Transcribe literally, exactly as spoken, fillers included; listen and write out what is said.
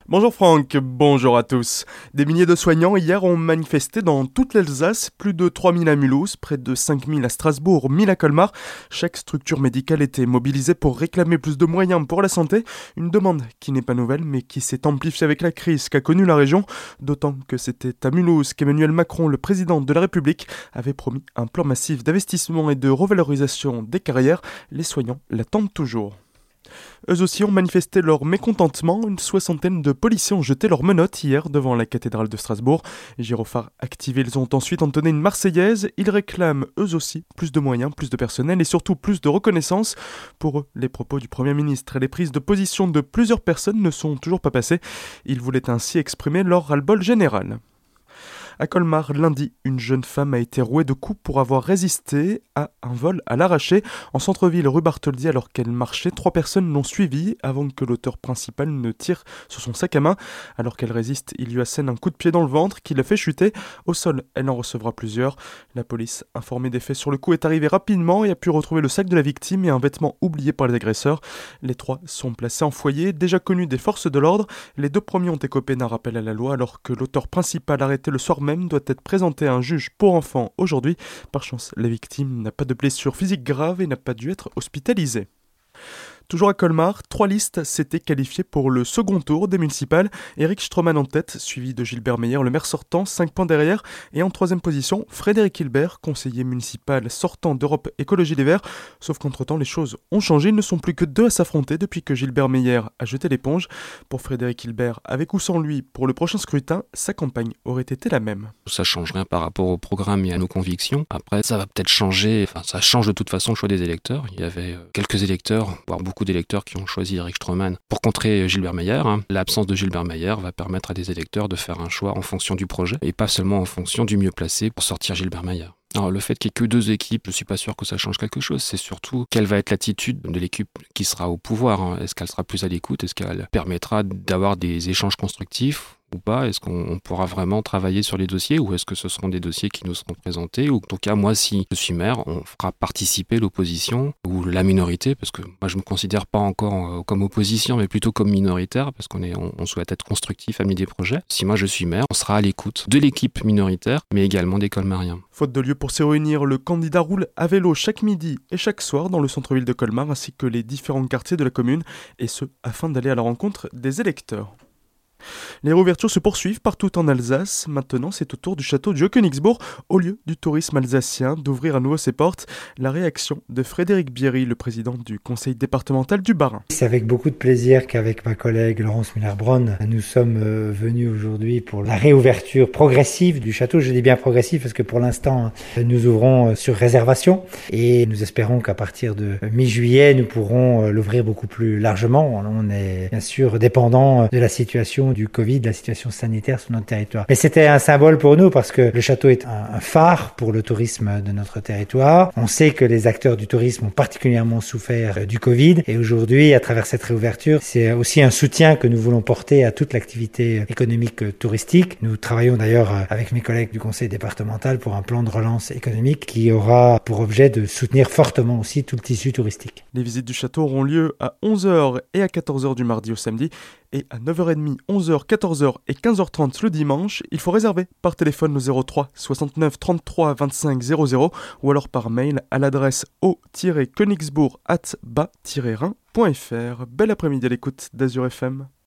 Bonjour Franck, bonjour à tous. Des milliers de soignants hier ont manifesté dans toute l'Alsace, plus de trois mille à Mulhouse, près de cinq mille à Strasbourg, mille à Colmar. Chaque structure médicale était mobilisée pour réclamer plus de moyens pour la santé, une demande qui n'est pas nouvelle mais qui s'est amplifiée avec la crise qu'a connue la région, d'autant que c'était à Mulhouse qu'Emmanuel Macron, le président de la République, avait promis un plan massif d'investissement et de revalorisation des carrières. Les soignants l'attendent toujours. Eux aussi ont manifesté leur mécontentement. Une soixantaine de policiers ont jeté leurs menottes hier devant la cathédrale de Strasbourg. Gyrophares activés, ils ont ensuite entonné une marseillaise. Ils réclament eux aussi plus de moyens, plus de personnel et surtout plus de reconnaissance. Pour eux, les propos du Premier ministre et les prises de position de plusieurs personnes ne sont toujours pas passées. Ils voulaient ainsi exprimer leur ras-le-bol général. À Colmar, lundi, une jeune femme a été rouée de coups pour avoir résisté à un vol à l'arraché. En centre-ville, rue Bartholdi, alors qu'elle marchait, trois personnes l'ont suivie avant que l'auteur principal ne tire sur son sac à main. Alors qu'elle résiste, il lui assène un coup de pied dans le ventre qui la fait chuter. Au sol, elle en recevra plusieurs. La police, informée des faits sur le coup, est arrivée rapidement et a pu retrouver le sac de la victime et un vêtement oublié par les agresseurs. Les trois sont placés en foyer, déjà connus des forces de l'ordre. Les deux premiers ont écopé d'un rappel à la loi alors que l'auteur principal arrêté le soir même doit être présenté à un juge pour enfants aujourd'hui. Par chance, la victime n'a pas de blessure physique grave et n'a pas dû être hospitalisée. Toujours à Colmar, trois listes s'étaient qualifiées pour le second tour des municipales. Éric Stroman en tête, suivi de Gilbert Meyer, le maire sortant, cinq points derrière. Et en troisième position, Frédéric Hilbert, conseiller municipal sortant d'Europe Écologie Les Verts. Sauf qu'entre-temps, les choses ont changé. Ils ne sont plus que deux à s'affronter depuis que Gilbert Meyer a jeté l'éponge. Pour Frédéric Hilbert, avec ou sans lui, pour le prochain scrutin, sa campagne aurait été la même. Ça change rien par rapport au programme et à nos convictions. Après, ça va peut-être changer, enfin ça change de toute façon le choix des électeurs. Il y avait quelques électeurs, voire beaucoup d'électeurs qui ont choisi Éric Stroman pour contrer Gilbert Meyer. L'absence de Gilbert Meyer va permettre à des électeurs de faire un choix en fonction du projet et pas seulement en fonction du mieux placé pour sortir Gilbert Meyer. Alors le fait qu'il n'y ait que deux équipes, je ne suis pas sûr que ça change quelque chose. C'est surtout quelle va être l'attitude de l'équipe qui sera au pouvoir. Est-ce qu'elle sera plus à l'écoute? Est-ce qu'elle permettra d'avoir des échanges constructifs ou pas? Est-ce qu'on pourra vraiment travailler sur les dossiers ou est-ce que ce seront des dossiers qui nous seront présentés? Ou en tout cas, moi, si je suis maire, on fera participer l'opposition ou la minorité, parce que moi, je ne me considère pas encore comme opposition, mais plutôt comme minoritaire, parce qu'on est, on, on souhaite être constructif, amener des projets. Si moi, je suis maire, on sera à l'écoute de l'équipe minoritaire, mais également des colmariens. Faute de lieu pour se réunir, le candidat roule à vélo chaque midi et chaque soir dans le centre-ville de Colmar, ainsi que les différents quartiers de la commune, et ce, afin d'aller à la rencontre des électeurs. Les réouvertures se poursuivent partout en Alsace. Maintenant, c'est au tour du château du Haut-Königsbourg, au lieu du tourisme alsacien, d'ouvrir à nouveau ses portes. La réaction de Frédéric Bierry, le président du conseil départemental du Bas-Rhin. C'est avec beaucoup de plaisir qu'avec ma collègue Laurence Müller-Braun, nous sommes venus aujourd'hui pour la réouverture progressive du château. Je dis bien progressive parce que pour l'instant, nous ouvrons sur réservation et nous espérons qu'à partir de mi-juillet, nous pourrons l'ouvrir beaucoup plus largement. On est bien sûr dépendant de la situation du Covid, de la situation sanitaire sur notre territoire. Mais c'était un symbole pour nous parce que le château est un, un phare pour le tourisme de notre territoire. On sait que les acteurs du tourisme ont particulièrement souffert du Covid et aujourd'hui, à travers cette réouverture, c'est aussi un soutien que nous voulons porter à toute l'activité économique touristique. Nous travaillons d'ailleurs avec mes collègues du conseil départemental pour un plan de relance économique qui aura pour objet de soutenir fortement aussi tout le tissu touristique. Les visites du château auront lieu à onze heures et à quatorze heures du mardi au samedi et à neuf heures trente, onze heures, quatorze heures et quinze heures trente le dimanche. Il faut réserver par téléphone au zéro trois soixante-neuf trente-trois vingt-cinq zéro zéro ou alors par mail à l'adresse au-königsbourg arobase bas tiret rhin point f r. Bel après-midi à l'écoute d'Azur F M.